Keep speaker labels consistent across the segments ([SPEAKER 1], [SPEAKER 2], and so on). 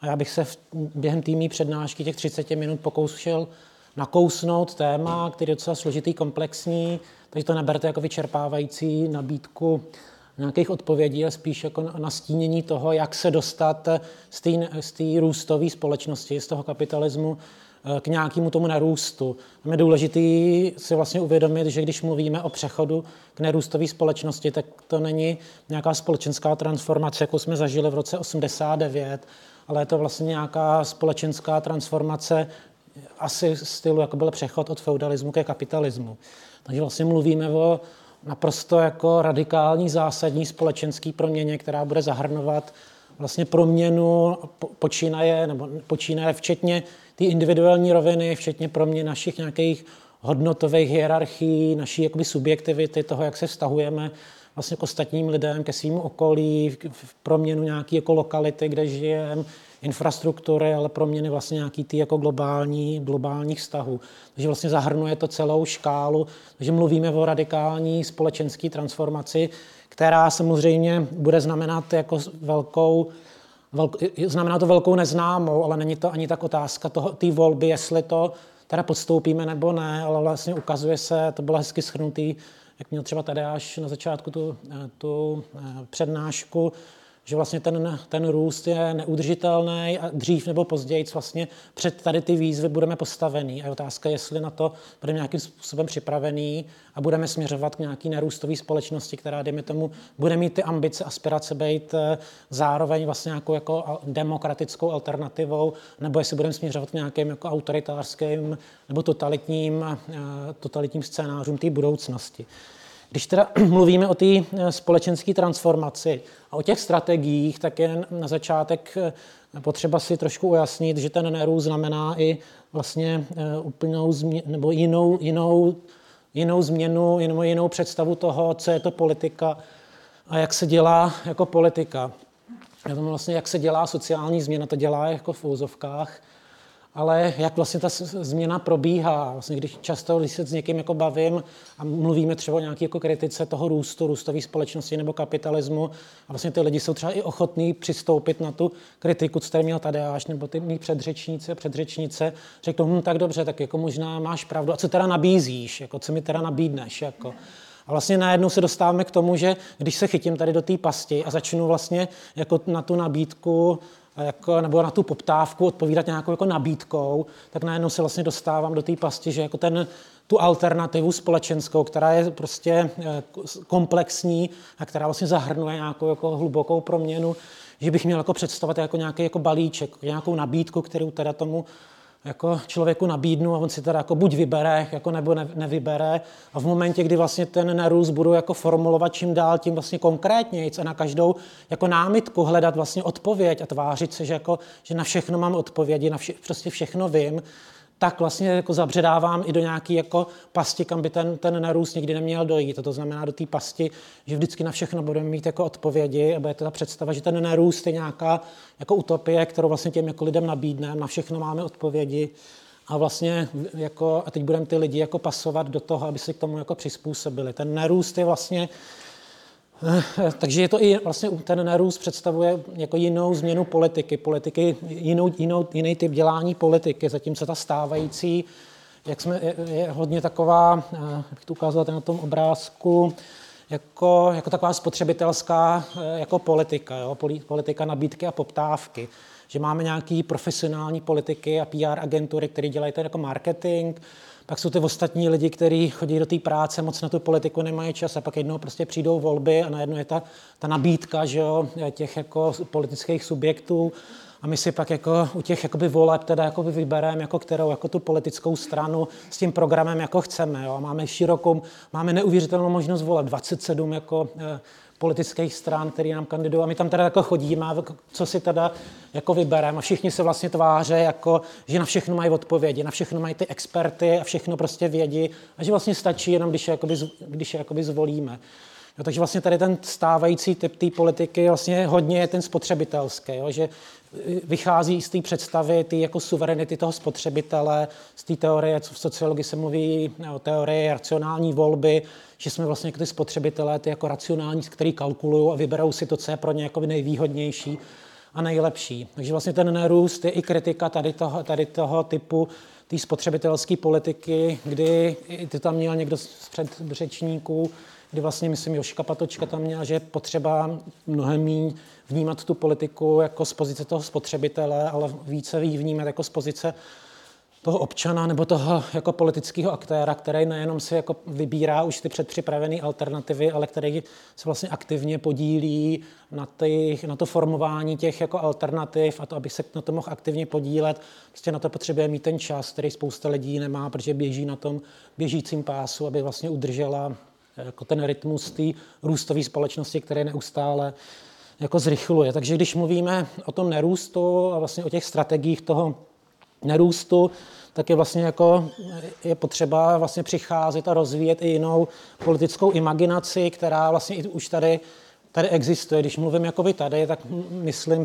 [SPEAKER 1] A já bych se během té mý přednášky těch 30 minut pokoušel nakousnout téma, který je docela složitý, komplexní, takže to neberte jako vyčerpávající nabídku nějakých odpovědí, ale spíš jako nastínění toho, jak se dostat z té růstové společnosti, z toho kapitalismu k nějakému tomu nerůstu. Je důležité si vlastně uvědomit, že když mluvíme o přechodu k nerůstové společnosti, tak to není nějaká společenská transformace, jako jsme zažili v roce 89, ale je to vlastně nějaká společenská transformace asi stylu, jako byl přechod od feudalismu ke kapitalismu. Takže vlastně mluvíme o naprosto jako radikální, zásadní společenský proměně, která bude zahrnovat vlastně proměnu počínaje včetně té individuální roviny, včetně proměny našich nějakých hodnotových hierarchií, naší jakoby subjektivity, toho, jak se vztahujeme vlastně k ostatním lidem, ke svýmu okolí, proměnu nějaké jako lokality, kde žijeme, infrastruktury, ale proměny vlastně nějaký ty jako globálních vztahů. Takže vlastně zahrnuje to celou škálu, takže mluvíme o radikální společenské transformaci, která samozřejmě bude znamenat jako znamená to velkou neznámou, ale není to ani tak otázka té volby, jestli to teda podstoupíme nebo ne, ale vlastně ukazuje se, to bylo hezky shrnutý, jak měl třeba Tadeáš na začátku tu přednášku, že vlastně ten růst je neudržitelný a dřív nebo později vlastně před tady ty výzvy budeme postavený. A je otázka, jestli na to budeme nějakým způsobem připravený a budeme směřovat k nějaký nerůstové společnosti, která, dejme tomu, bude mít ty ambice, aspirace být zároveň vlastně nějakou jako demokratickou alternativou, nebo jestli budeme směřovat k nějakým jako autoritářským nebo totalitním scénářům té budoucnosti. Když teda mluvíme o té společenské transformaci a o těch strategiích, tak je na začátek potřeba si trošku ujasnit, že ten nerůst znamená i vlastně úplnou nebo jinou změnu, jinou představu toho, co je to politika a jak se dělá jako politika. A to vlastně, jak se dělá sociální změna, to dělá jako v úzovkách, ale jak vlastně ta změna probíhá. Vlastně když se s někým jako bavím a mluvíme třeba o nějaké jako kritice toho růstové společnosti nebo kapitalismu a vlastně ty lidi jsou třeba i ochotní přistoupit na tu kritiku, co tady měl Tadeáš nebo ty mý předřečnice, řeknou, tak dobře, tak jako možná máš pravdu. A co teda nabízíš? Jako, co mi teda nabídneš? Jako. A vlastně najednou se dostáváme k tomu, že když se chytím tady do té pasti a začnu vlastně jako na tu nabídku nebo na tu poptávku odpovídat nějakou jako nabídkou, tak najednou se vlastně dostávám do té pasti, že jako tu alternativu společenskou, která je prostě komplexní a která vlastně zahrnuje nějakou jako hlubokou proměnu, že bych měl jako představovat jako nějaký jako balíček, nějakou nabídku, kterou teda tomu jako člověku nabídnu a on si teda jako buď vybere, jako nebo nevybere. A v momentě, kdy vlastně ten nerůst budu jako formulovat čím dál tím vlastně konkrétnějc a na každou jako námitku hledat vlastně odpověď a tvářit se, že na všechno mám odpovědi, prostě všechno vím, tak vlastně jako zabředávám i do nějaký jako pasti, kam by ten nerůst nikdy neměl dojít. A to znamená do té pasti, že vždycky na všechno budeme mít jako odpovědi a bude to ta představa, že ten nerůst je nějaká jako utopie, kterou vlastně těm jako lidem nabídneme, na všechno máme odpovědi a vlastně jako, a teď budeme ty lidi jako pasovat do toho, aby se k tomu jako přizpůsobili. Ten nerůst je vlastně takže je to i vlastně ten nerůst představuje jako jinou změnu politiky, jiný typ dělání politiky, zatímco ta stávající, je hodně taková, jak to ukázal na tom obrázku, jako taková spotřebitelská jako politika, jo? Politika nabídky a poptávky. Že máme nějaký profesionální politiky a PR agentury, které dělají ten jako marketing, pak jsou ty ostatní lidi, kteří chodí do té práce, moc na tu politiku nemají čas a pak jednou prostě přijdou volby a najednou je ta nabídka, že jo, těch jako politických subjektů a my si pak jako u těch jakoby voleb teda jakoby vybereme, jako kterou jako tu politickou stranu s tím programem jako chceme, jo. Máme neuvěřitelnou možnost volat 27 jako politických stran, který nám kandidují. A my tam teda jako chodíme, co si teda jako vybereme. A všichni se vlastně tváří, jako, že na všechno mají odpovědi, na všechno mají ty experty a všechno prostě vědí. A že vlastně stačí jenom, když je jakoby zvolíme. Jo, takže vlastně tady ten stávající typ té politiky vlastně hodně je ten spotřebitelský, jo, že vychází z té představy, ty jako suverenity toho spotřebitele, z té teorie, co v sociologii se mluví o teorii racionální volby, že jsme vlastně jako ty spotřebitelé, ty jako racionální, který kalkulují a vyberou si to, co je pro ně jako nejvýhodnější. a nejlepší. Takže vlastně ten nerůst je i kritika tady toho typu té spotřebitelské politiky, kdy ty tam měl někdo z předřečníků, kdy vlastně, myslím, Jožka Patočka tam měla, že je potřeba mnohem méně vnímat tu politiku jako z pozice toho spotřebitele, ale více ji vnímat jako z pozice toho občana nebo toho jako politického aktéra, který nejenom si jako vybírá už ty předpřipravené alternativy, ale který se vlastně aktivně podílí na to formování těch jako alternativ a to, aby se na to mohl aktivně podílet. Prostě na to potřebuje mít ten čas, který spousta lidí nemá, protože běží na tom běžícím pásu, aby vlastně udržela jako ten rytmus té růstové společnosti, který neustále jako zrychluje. Takže když mluvíme o tom nerůstu a vlastně o těch strategiích toho nerůstu, tak je vlastně jako je potřeba vlastně přicházet a rozvíjet i jinou politickou imaginaci, která vlastně i už tady existuje. Když mluvím jakoby tady, tak myslím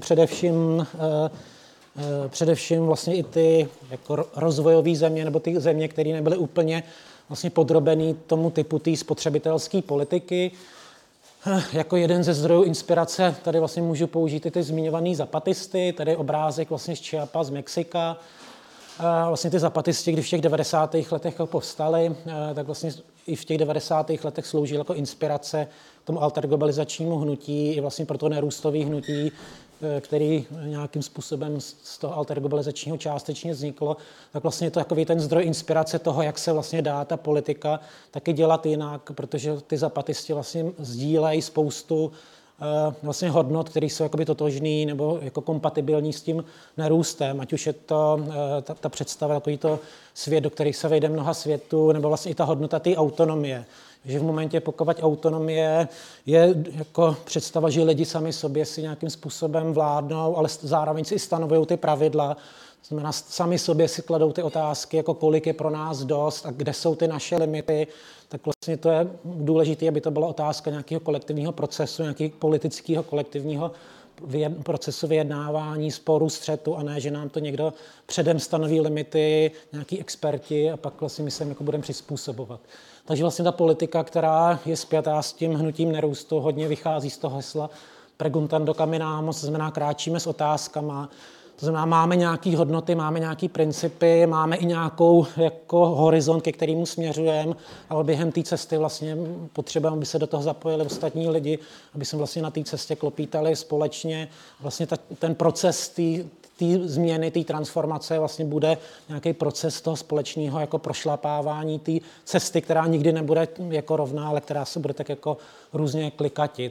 [SPEAKER 1] především vlastně i ty jako rozvojové země nebo ty země, které nebyly úplně vlastně podrobený tomu typu té spotřebitelské politiky. Jako jeden ze zdrojů inspirace tady vlastně můžu použít i ty zmiňované zapatisty, tady obrázek vlastně z Chiapa, z Mexika. Vlastně ty zapatisti, když v těch 90. letech povstali, tak vlastně i v těch 90. letech sloužil jako inspirace tomu alterglobalizačnímu hnutí i vlastně pro to nerůstové hnutí, který nějakým způsobem z toho alterglobalizačního částečně vzniklo, tak vlastně je to takový ten zdroj inspirace toho, jak se vlastně dá ta politika taky dělat jinak, protože ty zapatisti vlastně sdílejí spoustu vlastně hodnot, které jsou jakoby totožný nebo jako kompatibilní s tím nerůstem, ať už je to ta představa, takový to svět, do kterých se vejde mnoha světů, nebo vlastně i ta hodnota té autonomie. Že v momentě, pokud autonomie je jako představa, že lidi sami sobě si nějakým způsobem vládnou, ale zároveň si i stanovují ty pravidla, to znamená, sami sobě si kladou ty otázky, jako kolik je pro nás dost a kde jsou ty naše limity, tak vlastně to je důležité, aby to byla otázka nějakého kolektivního procesu, nějakého politického kolektivního procesu vyjednávání, sporu, střetu a ne, že nám to někdo předem stanoví limity, nějaký experti a pak vlastně my se jako budeme přizpůsobovat. Takže vlastně ta politika, která je spjatá s tím hnutím nerůstu, hodně vychází z toho hesla preguntando caminamos, to znamená kráčíme s otázkama. To znamená, máme nějaké hodnoty, máme nějaké principy, máme i nějakou jako horizont, ke kterému směřujeme, ale během té cesty vlastně potřebujeme, aby se do toho zapojili ostatní lidi, aby jsme vlastně na té cestě klopítali společně. Vlastně ten proces té změny, té transformace vlastně bude nějaký proces toho společného jako prošlapávání té cesty, která nikdy nebude jako rovná, ale která se bude tak jako různě klikatit.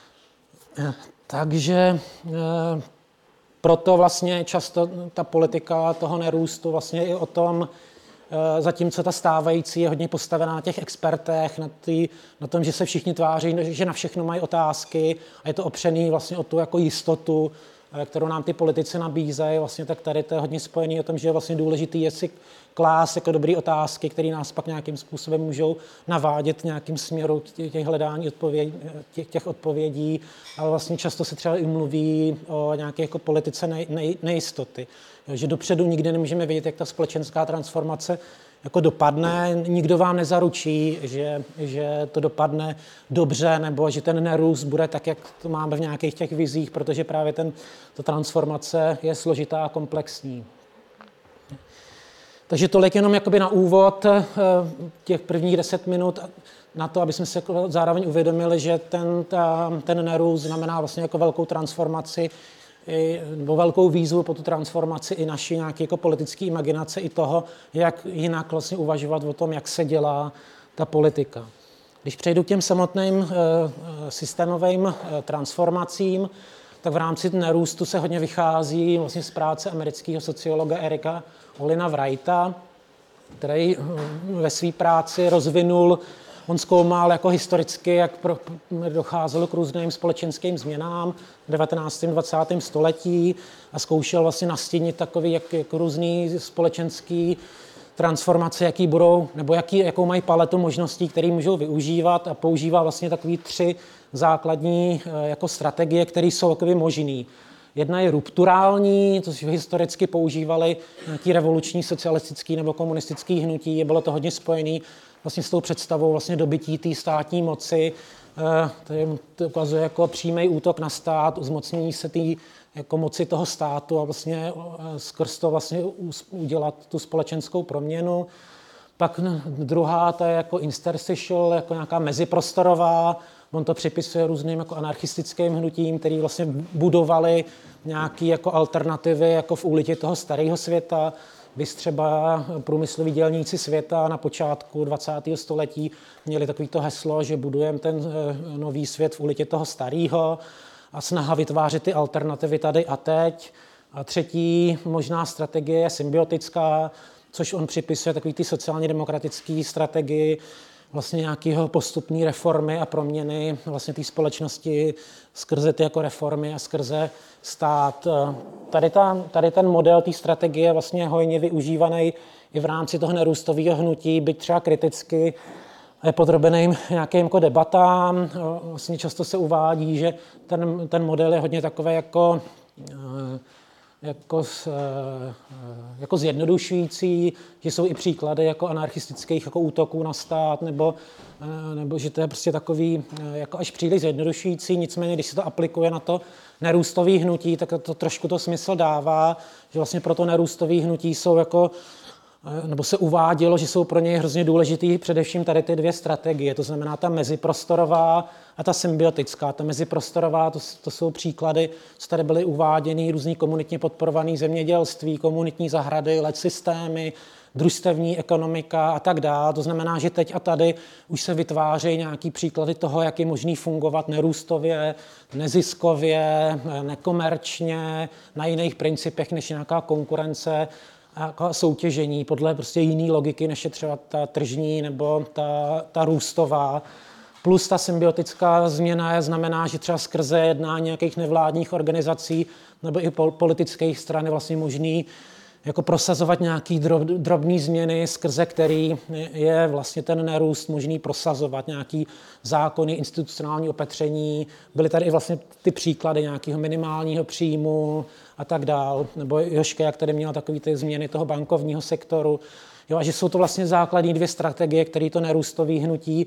[SPEAKER 1] Takže proto vlastně často ta politika toho nerůstu vlastně i o tom, zatímco ta stávající je hodně postavená na těch expertech, na tom, že se všichni tváří, že na všechno mají otázky a je to opřený vlastně o tu jako jistotu, kterou nám ty politici nabízejí, vlastně tak tady to je hodně spojený o tom, že je vlastně důležitý je si klást jako dobré otázky, které nás pak nějakým způsobem můžou navádět nějakým směru těch hledání těch odpovědí, ale vlastně často se třeba i mluví o nějaké jako politice nejistoty. Že dopředu nikdy nemůžeme vědět, jak ta společenská transformace jako dopadne, nikdo vám nezaručí, že to dopadne dobře, nebo že ten nerůst bude tak, jak to máme v nějakých těch vizích, protože právě ta transformace je složitá a komplexní. Takže tolik jenom jakoby na úvod těch prvních 10 minut na to, aby jsme se zároveň uvědomili, že ten nerůst znamená vlastně jako velkou transformaci nebo velkou výzvu po tu transformaci i naší nějaké jako politické imaginace i toho, jak jinak vlastně uvažovat o tom, jak se dělá ta politika. Když přejdu k těm samotným systémovým transformacím, tak v rámci nerůstu se hodně vychází vlastně z práce amerického sociologa Erika Olina Wrighta, který ve své práci rozvinul, on zkoumal jako historicky, jak docházelo k různým společenským změnám v 19. 20. století a zkoušel vlastně nastínit takový, jak různý společenský transformace, jaký budou, nebo jakou mají paletu možností, které můžou využívat a používá vlastně takový 3 základní jako strategie, které jsou takový možný. Jedna je rupturální, což historicky používali nějaký revoluční socialistický nebo komunistický hnutí, bylo to hodně spojený vlastně s tou představou vlastně dobytí té státní moci. To ukazuje jako přímý útok na stát, zmocnění se té jako moci toho státu a vlastně skrz to vlastně udělat tu společenskou proměnu. Pak druhá, ta je jako interstitial, jako nějaká meziprostorová. On to připisuje různým jako anarchistickým hnutím, který vlastně budovali nějaké jako alternativy jako v úlitě toho starého světa. Vys třeba průmysloví dělníci světa na počátku 20. století měli takovýto heslo, že budujeme ten nový svět v úlitě toho starého a snaha vytvářet ty alternativy tady a teď. A třetí možná strategie je symbiotická, což on připisuje takový ty sociálně demokratické strategii, vlastně nějakého postupné reformy a proměny vlastně té společnosti skrze ty jako reformy a skrze stát. Tady ten model té strategie je vlastně hojně využívaný i v rámci toho nerůstového hnutí, byť třeba kriticky je podrobeným nějakým jako debatám. Vlastně často se uvádí, že ten model je hodně takový jako zjednodušující, že jsou i příklady jako anarchistických jako útoků na stát, nebo že to je prostě takový jako až příliš zjednodušující, nicméně když se to aplikuje na to nerůstové hnutí, tak to trošku to smysl dává, že vlastně pro to nerůstové hnutí jsou jako nebo se uvádělo, že jsou pro něj hrozně důležitý především tady ty dvě strategie, to znamená ta meziprostorová a ta symbiotická. Ta meziprostorová, to jsou příklady, co tady byly uváděny, různý komunitně podporovaný zemědělství, komunitní zahrady, LED systémy, družstevní ekonomika a tak dále. To znamená, že teď a tady už se vytvářejí nějaký příklady toho, jak je možný fungovat nerůstově, neziskově, nekomerčně, na jiných principech než nějaká konkurence, a soutěžení podle prostě jiné logiky, než je třeba ta tržní nebo ta růstová. Plus ta symbiotická změna znamená, že třeba skrze jednání nějakých nevládních organizací nebo i politických stran je vlastně možný jako prosazovat nějaký drobné změny, skrze který je vlastně ten nerůst možný prosazovat, nějaký zákony, institucionální opatření. Byly tady i vlastně ty příklady nějakého minimálního příjmu a tak dál. Nebo Joška, jak tady měla takový ty změny toho bankovního sektoru. Jo, a že jsou to vlastně základní dvě strategie, které to nerůstové hnutí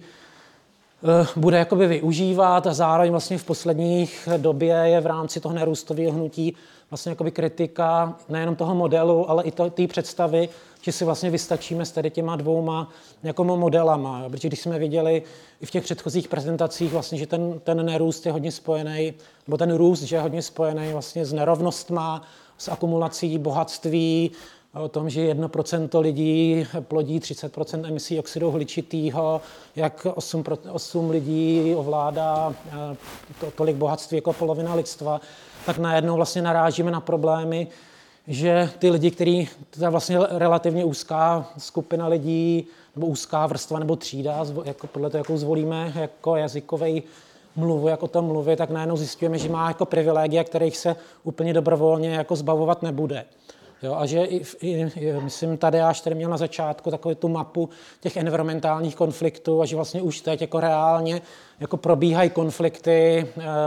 [SPEAKER 1] bude jakoby využívat a zároveň vlastně v posledních době je v rámci toho nerůstového hnutí vlastně jakoby kritika nejenom toho modelu, ale i té představy, že si vlastně vystačíme s tady těma dvouma jako modelama. Protože když jsme viděli i v těch předchozích prezentacích vlastně, že ten nerůst je hodně spojený, nebo ten růst, že je hodně spojený vlastně s nerovnostma, s akumulací bohatství, o tom, že 1% lidí plodí 30% emisí oxidu uhličitého, jak 8 lidí ovládá tolik bohatství jako polovina lidstva, tak najednou vlastně narážíme na problémy, že ty lidi, který ta vlastně relativně úzká skupina lidí, nebo úzká vrstva nebo třída, jako podle toho, jakou zvolíme jako jazykový mluvu, jak o tom mluvit, tak najednou zjistíme, že má jako privilegia, kterých se úplně dobrovolně jako zbavovat nebude. Jo, a že myslím, Tadeáš tady měl na začátku takovou tu mapu těch environmentálních konfliktů a že vlastně už teď jako reálně jako probíhají konflikty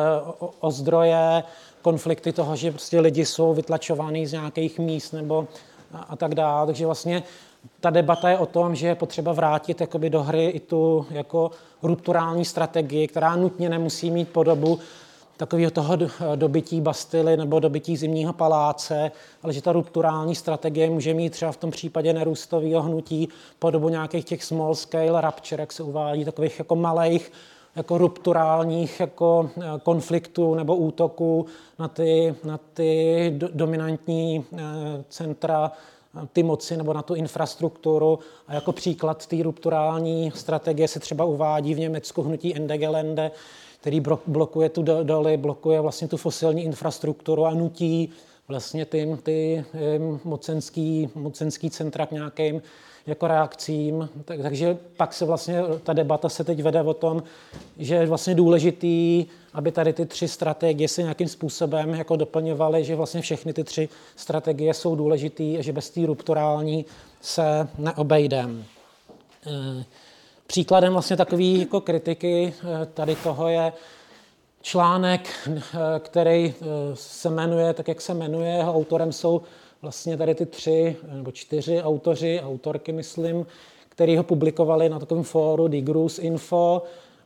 [SPEAKER 1] o zdroje, konflikty toho, že prostě lidi jsou vytlačovány z nějakých míst nebo a tak dále. Takže vlastně ta debata je o tom, že je potřeba vrátit jakoby do hry i tu jako rupturální strategii, která nutně nemusí mít podobu takového toho dobytí Bastily nebo dobytí Zimního paláce, ale že ta rupturální strategie může mít třeba v tom případě nerůstového hnutí podobu nějakých těch small scale rupture, jak se uvádí, takových jako malých jako rupturálních jako konfliktů nebo útoků na ty dominantní centra ty moci nebo na tu infrastrukturu. A jako příklad té rupturální strategie se třeba uvádí v Německu hnutí Ende Gelände, který blokuje tu doly, blokuje vlastně tu fosilní infrastrukturu a nutí vlastně ty mocenský centra k nějakým jako reakcím. Takže pak se vlastně ta debata se teď vede o tom, že je vlastně důležitý, aby tady ty tři strategie se nějakým způsobem jako doplňovaly, že vlastně všechny ty tři strategie jsou důležitý a že bez té rupturální se neobejdeme. Příkladem vlastně takové jako kritiky tady toho je článek, který se jmenuje tak, jak se jmenuje. Jeho autorem jsou vlastně tady ty 3 nebo 4 autoři, autorky, myslím, který ho publikovali na takovém fóru Digrus Info.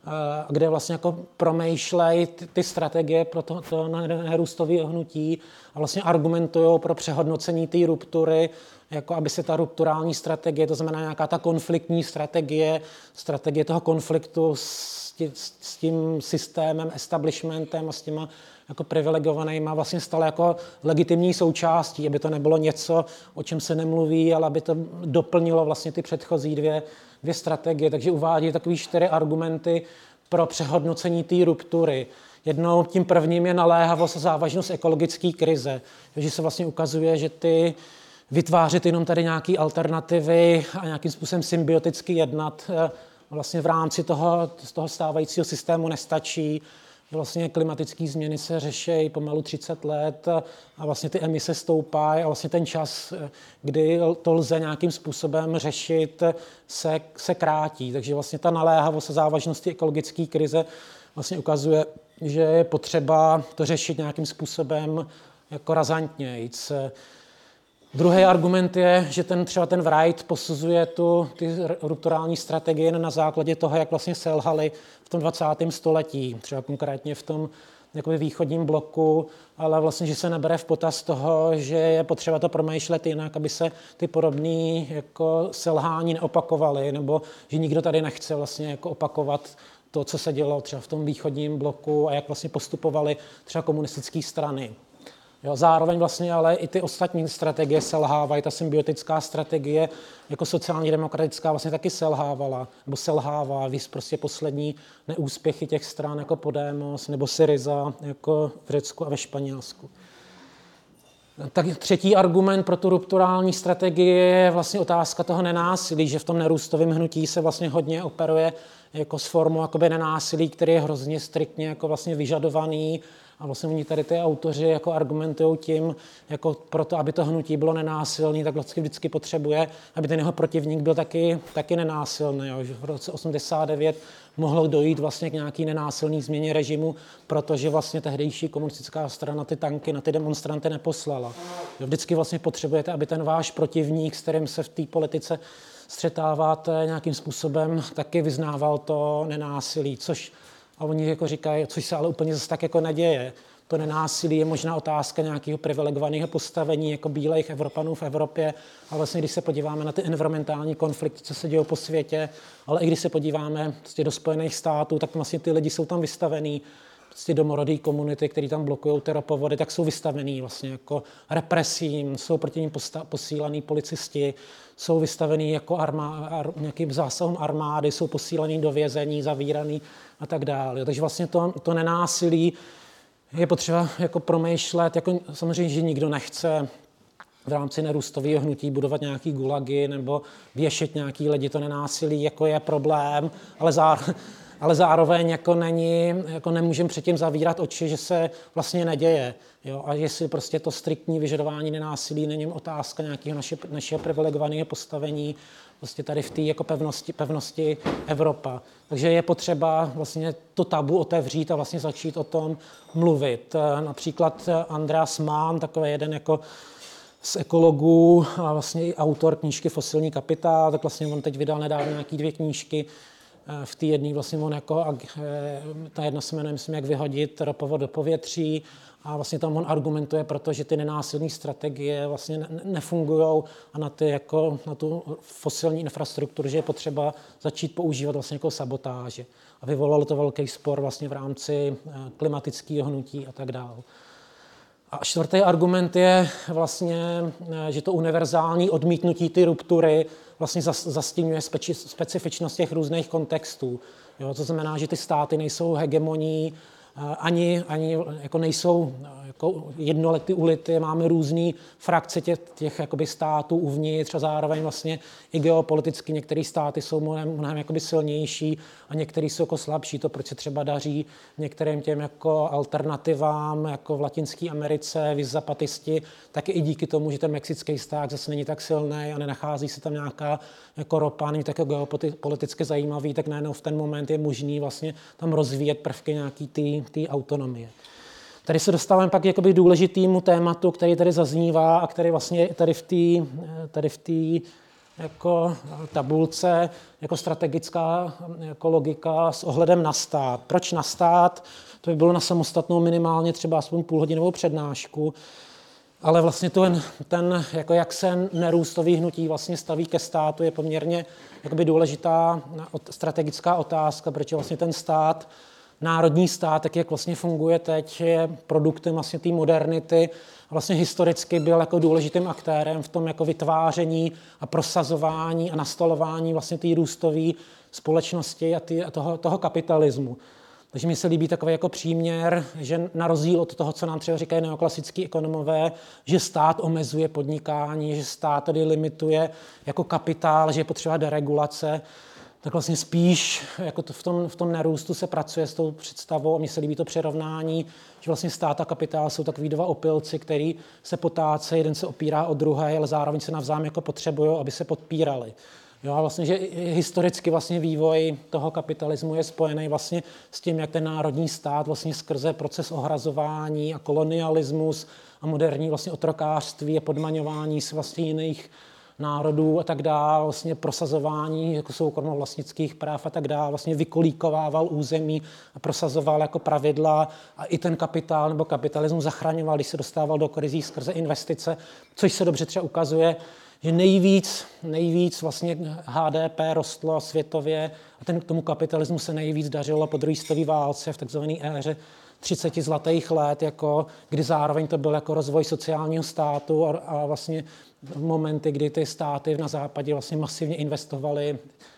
[SPEAKER 1] kde vlastně jako promýšlejí ty strategie pro to nerůstové hnutí a vlastně argumentují pro přehodnocení té ruptury, jako aby se ta rupturální strategie, to znamená nějaká ta konfliktní strategie toho konfliktu s tím systémem, establishmentem a s těma jako privilegovanýma vlastně stala jako legitimní součástí, aby to nebylo něco, o čem se nemluví, ale aby to doplnilo vlastně ty předchozí dvě strategie. Takže uvádí takový 4 argumenty pro přehodnocení té ruptury. Jednou tím prvním je naléhavost a závažnost ekologické krize. Takže se vlastně ukazuje, že ty vytvářet jenom tady nějaké alternativy a nějakým způsobem symbioticky jednat vlastně v rámci z toho stávajícího systému nestačí. Vlastně klimatické změny se řeší pomalu 30 let a vlastně ty emise stoupají a vlastně ten čas, kdy to lze nějakým způsobem řešit, se krátí. Takže vlastně ta naléhavost a závažnost ekologické krize vlastně ukazuje, že je potřeba to řešit nějakým způsobem jako razantnějc. Druhý argument je, že třeba ten Wright posuzuje ty rupturální strategie na základě toho, jak vlastně selhaly v tom 20. století, třeba konkrétně v tom jakoby východním bloku, ale vlastně, že se nebere v potaz toho, že je potřeba to promýšlet jinak, aby se ty podobné jako selhání neopakovaly, nebo že nikdo tady nechce vlastně jako opakovat to, co se dělo třeba v tom východním bloku a jak vlastně postupovaly třeba komunistické strany. Jo, zároveň vlastně ale i ty ostatní strategie selhávají, ta symbiotická strategie jako sociálně demokratická vlastně taky selhávala, nebo selhává, víc prostě poslední neúspěchy těch stran jako Podemos nebo Syriza jako v Řecku a ve Španělsku. Tak třetí argument pro tu rupturální strategii je vlastně otázka toho nenásilí, že v tom nerůstovém hnutí se vlastně hodně operuje jako s formou jakoby nenásilí, který je hrozně striktně jako vlastně vyžadovaný. A vlastně oni tady ty autoři jako argumentují tím, jako proto, aby to hnutí bylo nenásilné, tak vlastně vždycky potřebuje, aby ten jeho protivník byl taky nenásilný. Jo. Že v roce 89 mohlo dojít vlastně k nějaký nenásilný změně režimu, protože vlastně tehdejší komunistická strana ty tanky na ty demonstranty neposlala. Jo. Vždycky vlastně potřebujete, aby ten váš protivník, s kterým se v té politice střetáváte, nějakým způsobem taky vyznával to nenásilí, a oni jako říkají, což se ale úplně zase tak jako neděje. To nenásilí je možná otázka nějakého privilegovaného postavení jako bílejch Evropanů v Evropě, ale vlastně když se podíváme na ty environmentální konflikty, co se dějí po světě, ale i když se podíváme prostě do Spojených států, tak vlastně ty lidi jsou tam vystavení, prostě domorodé komunity, které tam blokují ty ropovody, tak jsou vystavený vlastně jako represím, jsou proti nim posílaný policisti, jsou vystavený jako nějakým zásahům armády, jsou posílaný do vězení, zavíraný a tak dále. Takže vlastně to nenásilí je potřeba jako promýšlet, jako samozřejmě, že nikdo nechce v rámci nerůstového hnutí budovat nějaký gulagy nebo věšet nějaký lidi, to nenásilí jako je problém, ale zároveň jako nemůžeme předtím zavírat oči, že se vlastně neděje. Jo? A jestli prostě to striktní vyžadování nenásilí není otázka nějakého našeho privilegovaného postavení prostě tady v té jako pevnosti Evropa. Takže je potřeba vlastně to tabu otevřít a vlastně začít o tom mluvit. Například Andreas Mann, takový jeden jako z ekologů a vlastně i autor knížky Fosilní kapitál, tak vlastně on teď vydal nedávno nějaký 2 knížky. V té jedné vlastně on jako, ta jedna se jmenuje, myslím, jak vyhodit ropovod do povětří a vlastně tam on argumentuje, protože ty nenásilné strategie vlastně nefungují a na tu fosilní infrastrukturu, že je potřeba začít používat vlastně jako sabotáže. A vyvolalo to velký spor vlastně v rámci klimatického hnutí a tak dále. A 4. argument je vlastně, že to univerzální odmítnutí ty ruptury vlastně zastínuje specifičnost těch různých kontextů. Jo, to znamená, že ty státy nejsou hegemoní, ani jako nejsou jako jednolity ulity, máme různý frakce těch jakoby států uvnitř a zároveň vlastně i geopoliticky některé státy jsou mnohem jakoby silnější a některé jsou jako slabší. To proč se třeba daří některým těm jako alternativám jako v Latinské Americe, víc zapatisti, tak i díky tomu, že ten mexický stát zase není tak silný a nenachází se tam nějaká jako ropa, není tak geopoliticky zajímavý, tak najednou v ten moment je možný vlastně tam rozvíjet prvky nějaký té autonomie. Tady se dostáváme pak k důležitému tématu, který tady zaznívá a který vlastně tady v té jako tabulce, jako strategická jako logika s ohledem na stát. Proč na stát? To by bylo na samostatnou minimálně třeba aspoň půlhodinovou přednášku, ale vlastně ten jako jak se nerůstový hnutí vlastně staví ke státu, je poměrně jakoby důležitá strategická otázka, protože vlastně ten stát, národní stát, tak jak vlastně funguje teď, je produktem vlastně té modernity. Vlastně historicky byl jako důležitým aktérem v tom jako vytváření a prosazování a nastolování vlastně té růstové společnosti a toho kapitalismu. Takže mi se líbí takový jako příměr, že na rozdíl od toho, co nám třeba říkají neoklasický ekonomové, že stát omezuje podnikání, že stát tady limituje jako kapitál, že je potřeba deregulace, tak vlastně spíš jako v tom nerůstu se pracuje s tou představou a mně se líbí to přirovnání, že vlastně stát a kapitál jsou takový dva opilci, který se potácejí, jeden se opírá o druhé, ale zároveň se navzájem jako potřebují, aby se podpírali. Jo, a vlastně, že historicky vlastně vývoj toho kapitalismu je spojený vlastně s tím, jak ten národní stát vlastně skrze proces ohrazování a kolonialismus a moderní vlastně otrokářství a podmaňování se vlastně jiných národů a tak dále, vlastně prosazování jako soukromovlastnických práv a tak dále, vlastně vykolíkovával území a prosazoval jako pravidla a i ten kapitál nebo kapitalismus zachraňoval, když se dostával do krizí skrze investice, což se dobře třeba ukazuje, že nejvíc vlastně HDP rostlo světově a tomu kapitalismu se nejvíc dařilo po druhé světové válce v takzvané éře 30 zlatých let, jako, kdy zároveň to byl jako rozvoj sociálního státu a vlastně momenty, kdy ty státy na západě vlastně masivně investovaly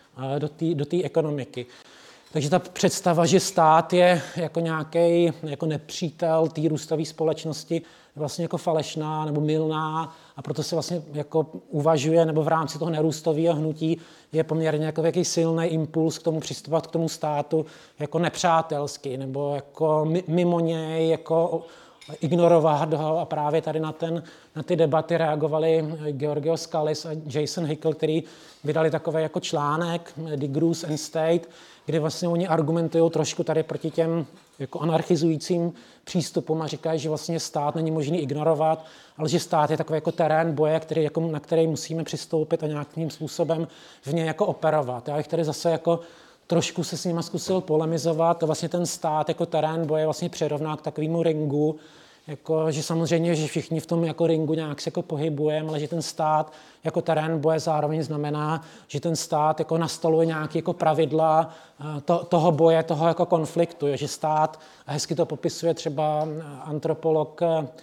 [SPEAKER 1] do té ekonomiky. Takže ta představa, že stát je jako nějaký jako nepřítel té růstové společnosti, je vlastně jako falešná nebo mylná a proto se vlastně jako uvažuje, nebo v rámci toho nerůstového hnutí je poměrně jako jaký silný impuls k tomu přistupovat k tomu státu jako nepřátelsky nebo jako mimo něj, jako ignorovat ho a právě tady na ty debaty reagovali Georgios Kallis a Jason Hickel, který vydali takový jako článek Degrowth and State, kde vlastně oni argumentují trošku tady proti těm jako anarchizujícím přístupům a říkají, že vlastně stát není možný ignorovat, ale že stát je takový jako terén boje, na který musíme přistoupit a nějakým způsobem v něj jako operovat. Já bych tady zase jako trošku se s nima zkusil polemizovat. Vlastně ten stát jako terén boje vlastně přirovná k takovému ringu, jako, že samozřejmě, že všichni v tom jako ringu nějak se jako pohybujeme, ale že ten stát jako terén boje zároveň znamená, že ten stát jako nastoluje nějaké jako pravidla toho boje, toho jako konfliktu. Že stát, a hezky to popisuje třeba antropolog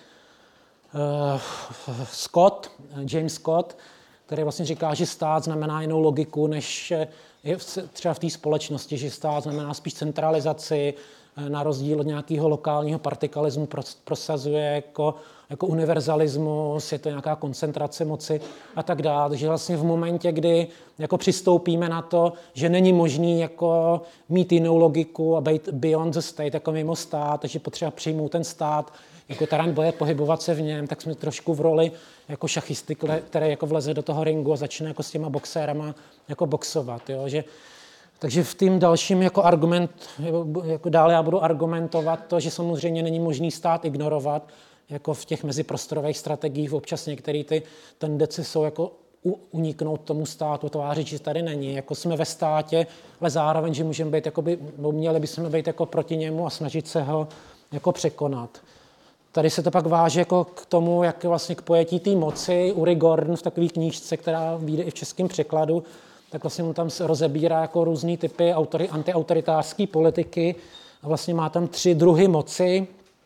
[SPEAKER 1] James Scott, který vlastně říká, že stát znamená jinou logiku, než je třeba v té společnosti, že stát znamená spíš centralizaci, na rozdíl od nějakého lokálního partikalismu prosazuje jako univerzalismus, je to nějaká koncentrace moci a tak dále. Takže vlastně v momentě, kdy jako přistoupíme na to, že není možný jako mít jinou logiku a být beyond the state, jako mimo stát, takže potřeba přijmout ten stát jako terén boje, pohybovat se v něm, tak jsme trošku v roli jako šachisty, který jako vleze do toho ringu a začne jako s těma boxérama jako boxovat. Jo? Takže v tím dalším jako argument, jako dále já budu argumentovat to, že samozřejmě není možný stát ignorovat, jako v těch meziprostorových strategiích občas některé ty tendence jsou jako uniknout tomu státu, tvářit, že tady není. Jako jsme ve státě, ale zároveň, že můžeme být, jakoby, měli bychom být jako proti němu a snažit se ho jako překonat. Tady se to pak váže jako k tomu, jak vlastně k pojetí té moci. Uri Gordon v takové knížce, která vyjde i v českém překladu, tak vlastně on tam se rozebírá jako různý typy antiautoritářské politiky a vlastně má tam 3 druhy moci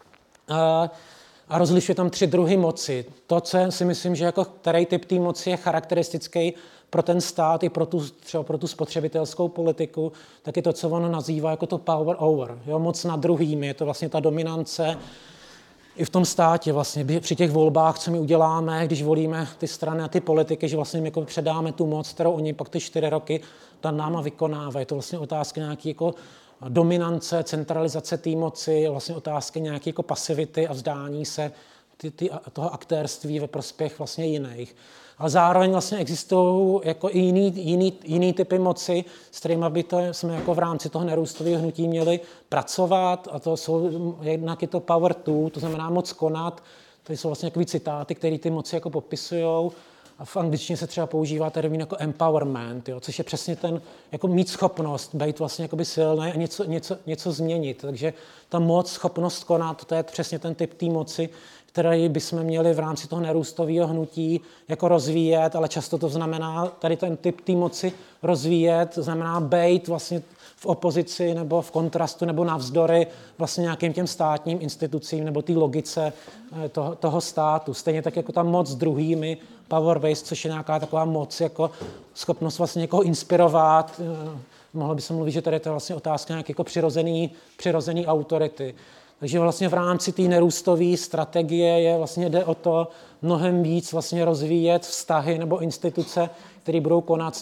[SPEAKER 1] a rozlišuje tam 3 druhy moci. To, co si myslím, že jako který typ té moci je charakteristický pro ten stát i třeba pro tu spotřebitelskou politiku, tak je to, co on nazývá jako to power over, jo, moc nad druhými, je to vlastně ta dominance i v tom státě vlastně při těch volbách, co my uděláme, když volíme ty strany a ty politiky, že vlastně jako předáme tu moc, kterou oni pak ty 4 roky tam náma vykonávají. Je to vlastně otázka nějaké jako dominance, centralizace té moci, vlastně otázka nějaké jako pasivity a vzdání se toho aktérství ve prospěch vlastně jiných. Ale zároveň vlastně existují jako i jiný typy moci, s kterými jsme jako v rámci toho nerůstového hnutí měli pracovat. A to jsou jednak je to power to, to znamená moc konat. To jsou vlastně takové citáty, které ty moci jako popisují. A v angličtině se třeba používá termín jako empowerment, jo, což je přesně ten, jako mít schopnost, být vlastně jakoby silný a něco změnit. Takže ta moc, schopnost konat, to je přesně ten typ té moci, který bychom měli v rámci toho nerůstového hnutí jako rozvíjet, ale často to znamená tady ten typ té moci rozvíjet, znamená být vlastně v opozici nebo v kontrastu nebo navzdory vlastně nějakým těm státním institucím nebo té logice toho státu. Stejně tak jako ta moc s druhými, power-based, což je nějaká taková moc, jako schopnost vlastně někoho inspirovat. Mohlo by se mluvit, že tady je to vlastně otázka nějaké jako přirozený autority. Takže vlastně v rámci té nerůstové strategie jde o to mnohem víc vlastně rozvíjet vztahy nebo instituce, které budou konat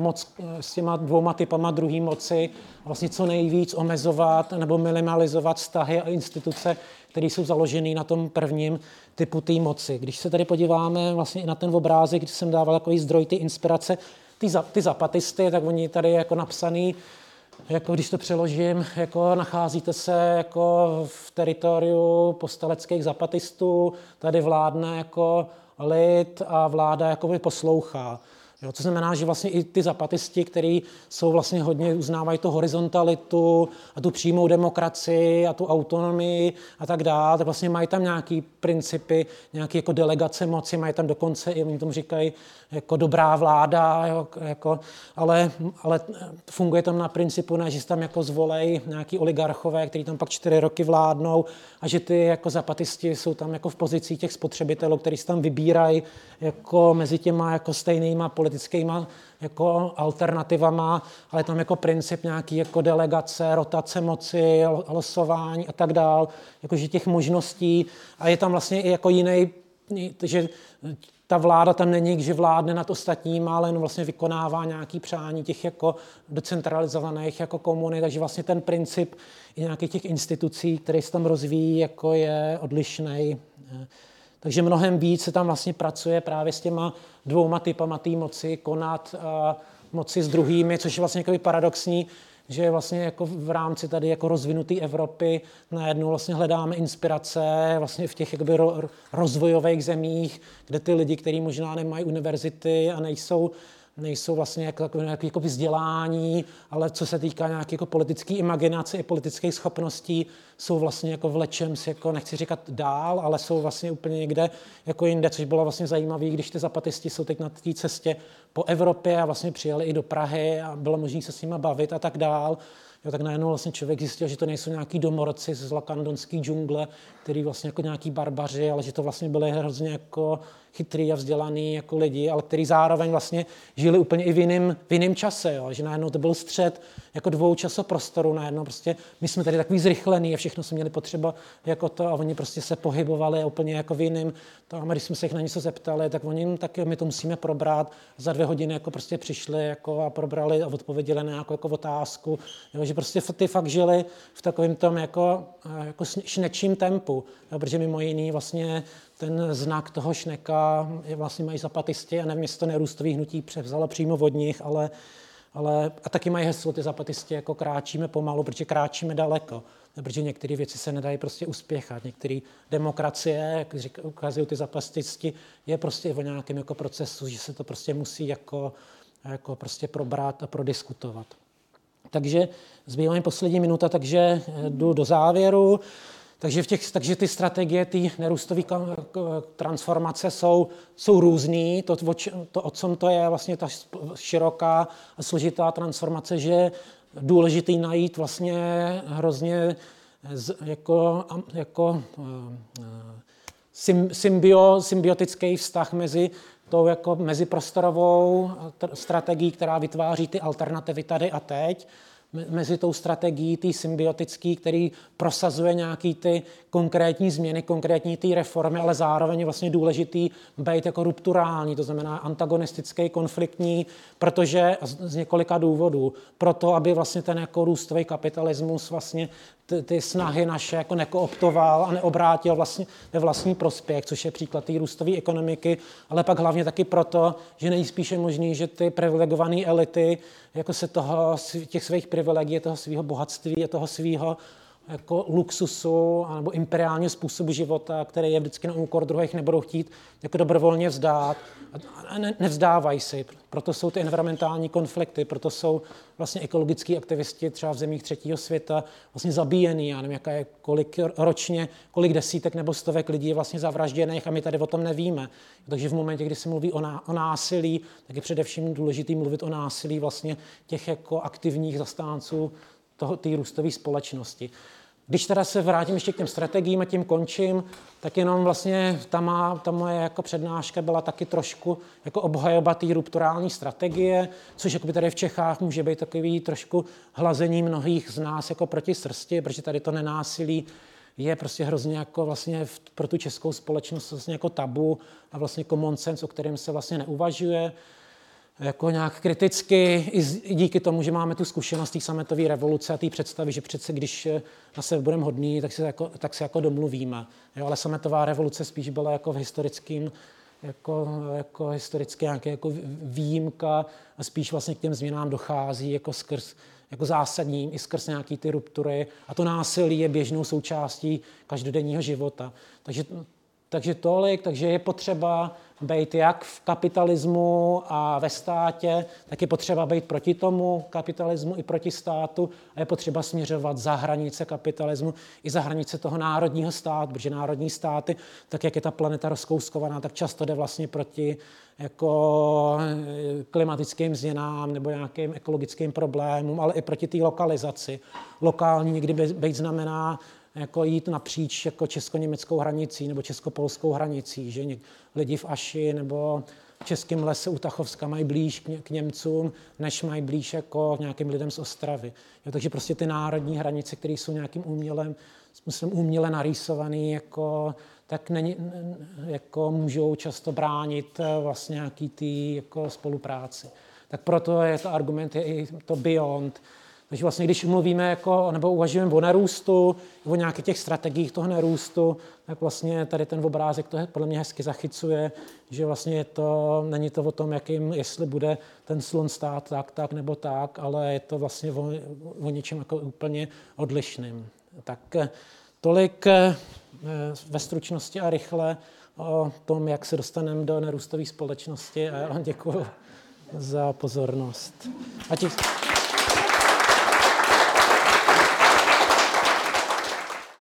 [SPEAKER 1] s těma dvouma typama druhé moci a vlastně co nejvíc omezovat nebo minimalizovat vztahy a instituce, které jsou založené na tom prvním typu té moci. Když se tady podíváme vlastně i na ten obrázek, když jsem dával takový zdroj ty inspirace, ty zapatisty, tak oni tady jako napsaný, jako když to přeložím, jako nacházíte se jako v teritoriu povstaleckých zapatistů, tady vládne jako lid a vláda jakoby poslouchá. Jo, to znamená, že vlastně i ty zapatisti, kteří jsou vlastně hodně, uznávají tu horizontalitu a tu přímou demokracii a tu autonomii a tak dále, tak vlastně mají tam nějaký principy, nějaké jako delegace moci, mají tam dokonce, i oni tomu říkají, jako dobrá vláda, jako, ale funguje tam na principu, ne, že se tam jako zvolej nějaký oligarchové, kteří tam pak 4 roky vládnou a že ty jako zapatisti jsou tam jako v pozici těch spotřebitelů, kteří se tam vybírají jako mezi těma jako stejnýma politickýma jako alternativama, ale tam jako princip nějaký jako delegace, rotace moci, losování a tak dál, jakože těch možností a je tam vlastně i jako jiný, že ta vláda tam není, že vládne nad ostatníma, ale jen vlastně vykonává nějaký přání těch jako decentralizovaných jako komunit, takže vlastně ten princip i nějakých těch institucí, které se tam rozvíjí, jako je odlišný. Takže mnohem víc se tam vlastně pracuje právě s těma dvouma typama té moci, konat a moci s druhými, což je vlastně jako paradoxní, že vlastně jako v rámci tady jako rozvinuté Evropy najednou vlastně hledáme inspirace vlastně v těch jakoby rozvojových zemích, kde ty lidi, kteří možná nemají univerzity a nejsou vlastně jako vzdělání, ale co se týká nějaké jako politické imaginace i politických schopností, jsou vlastně jako v lecčems, jako nechci říkat dál, ale jsou vlastně úplně někde jako jinde, což bylo vlastně zajímavé, když ty zapatisti jsou teď na té cestě po Evropě a vlastně přijeli i do Prahy a bylo možné se s nimi bavit a tak dál. Jo, tak najednou vlastně člověk zjistil, že to nejsou nějaký domorodci z lakandonské džungle, který vlastně jako nějaký barbaři, ale že to vlastně byly hrozně jako chytrý a vzdělaný jako lidi, ale kteří zároveň vlastně žili úplně i v jiném čase, jo, že najednou to byl střed jako 2 časoprostorů, najednou prostě my jsme tady takový zrychlený a všechno jsme měli potřeba jako to a oni prostě se pohybovali úplně jako v jiném, a když jsme se jich na něco zeptali, tak oni tak my to musíme probrat, za 2 hodiny jako prostě přišli jako a probrali a odpověděli na nějakou jako otázku, jo, že prostě ty fakt žili v takovém tom jako šnečím tempu, jo, protože mimo jiný vlastně ten znak toho šneka vlastně mají zapatisti a nevím, jestli to nerůstový hnutí převzalo přímo od nich, ale a taky mají heslo ty zapatisti, jako kráčíme pomalu, protože kráčíme daleko, protože některé věci se nedají prostě uspěchat, některé demokracie, jak ukazují ty zapatisti, je prostě o nějakém jako procesu, že se to prostě musí jako prostě probrat a prodiskutovat. Takže zbývá mi poslední minuta, takže jdu do závěru. Takže ty strategie, ty nerůstové transformace jsou různý. To, o čem to je vlastně ta široká a složitá transformace, že je důležité najít vlastně hrozně symbiotický vztah mezi tou jako meziprostorovou strategií, která vytváří ty alternativy tady a teď, mezi tou strategií, ty symbiotický, který prosazuje nějaký ty konkrétní změny, konkrétní ty reformy, ale zároveň je vlastně důležitý být jako rupturální, to znamená antagonistický, konfliktní, protože z několika důvodů. Proto, aby vlastně ten jako růstový kapitalismus vlastně ty snahy naše jako nekooptoval a neobrátil vlastně ve vlastní prospěch, což je příklad té růstové ekonomiky, ale pak hlavně taky proto, že nejspíše možný, že ty privilegované elity jako se těch svých privilegií, toho svého bohatství a toho svého jako luxusu nebo imperiálního způsobu života, který je vždycky na úkor druhých, nebudou chtít jako dobrovolně vzdát A nevzdávají si. Proto jsou ty environmentální konflikty, proto jsou vlastně ekologický aktivisti třeba v zemích třetího světa vlastně zabíjený. Já nevím, jaká je kolik ročně, kolik desítek nebo stovek lidí je vlastně zavražděných a my tady o tom nevíme. Takže v momentě, kdy se mluví o násilí, tak je především důležité mluvit o násilí vlastně těch jako aktivních zastánců té růstové společnosti. Když teda se vrátím ještě k těm strategiím a tím končím, tak jenom vlastně ta moje jako přednáška byla taky trošku jako obhajoba té rupturální strategie, což jakoby tady v Čechách může být takový trošku hlazení mnohých z nás jako proti srsti, protože tady to nenásilí je prostě hrozně jako vlastně pro tu českou společnost vlastně jako tabu a vlastně common sense, o kterém se vlastně neuvažuje. Jako nějak kriticky, i díky tomu, že máme tu zkušenost té sametové revoluce a té představy, že přece když na sebe budeme hodní, tak se jako domluvíme. Jo, ale sametová revoluce spíš byla jako v historickým, jako historicky nějaké jako výjimka a spíš vlastně k těm změnám dochází jako skrz jako zásadním i skrz nějaký ty ruptury a to násilí je běžnou součástí každodenního života. Takže tolik, takže je potřeba být jak v kapitalismu a ve státě, tak je potřeba být proti tomu kapitalismu i proti státu a je potřeba směřovat za hranice kapitalismu i za hranice toho národního státu, protože národní státy, tak jak je ta planeta rozkouskovaná, tak často jde vlastně proti jako klimatickým změnám nebo nějakým ekologickým problémům, ale i proti té lokalizaci. Lokální někdy být znamená jako jít napříč jako česko-německou hranicí nebo česko-polskou hranicí, že lidi v Aši nebo v Českém lese u Tachovska mají blíž k Němcům, než mají blíž jako nějakým lidem z Ostravy. Jo, takže prostě ty národní hranice, které jsou nějakým uměle narýsovaný, tak jako můžou často bránit vlastně nějaký ty jako spolupráci. Tak proto je to argument, je i to beyond. Takže vlastně, když mluvíme nebo uvažujeme o nerůstu, o nějakých těch strategiích toho nerůstu, tak vlastně tady ten obrázek to podle mě hezky zachycuje, že vlastně není to o tom, jestli bude ten slon stát tak nebo tak, ale je to vlastně o něčem jako úplně odlišným. Tak tolik ve stručnosti a rychle o tom, jak se dostaneme do nerůstové společnosti a děkuji za pozornost.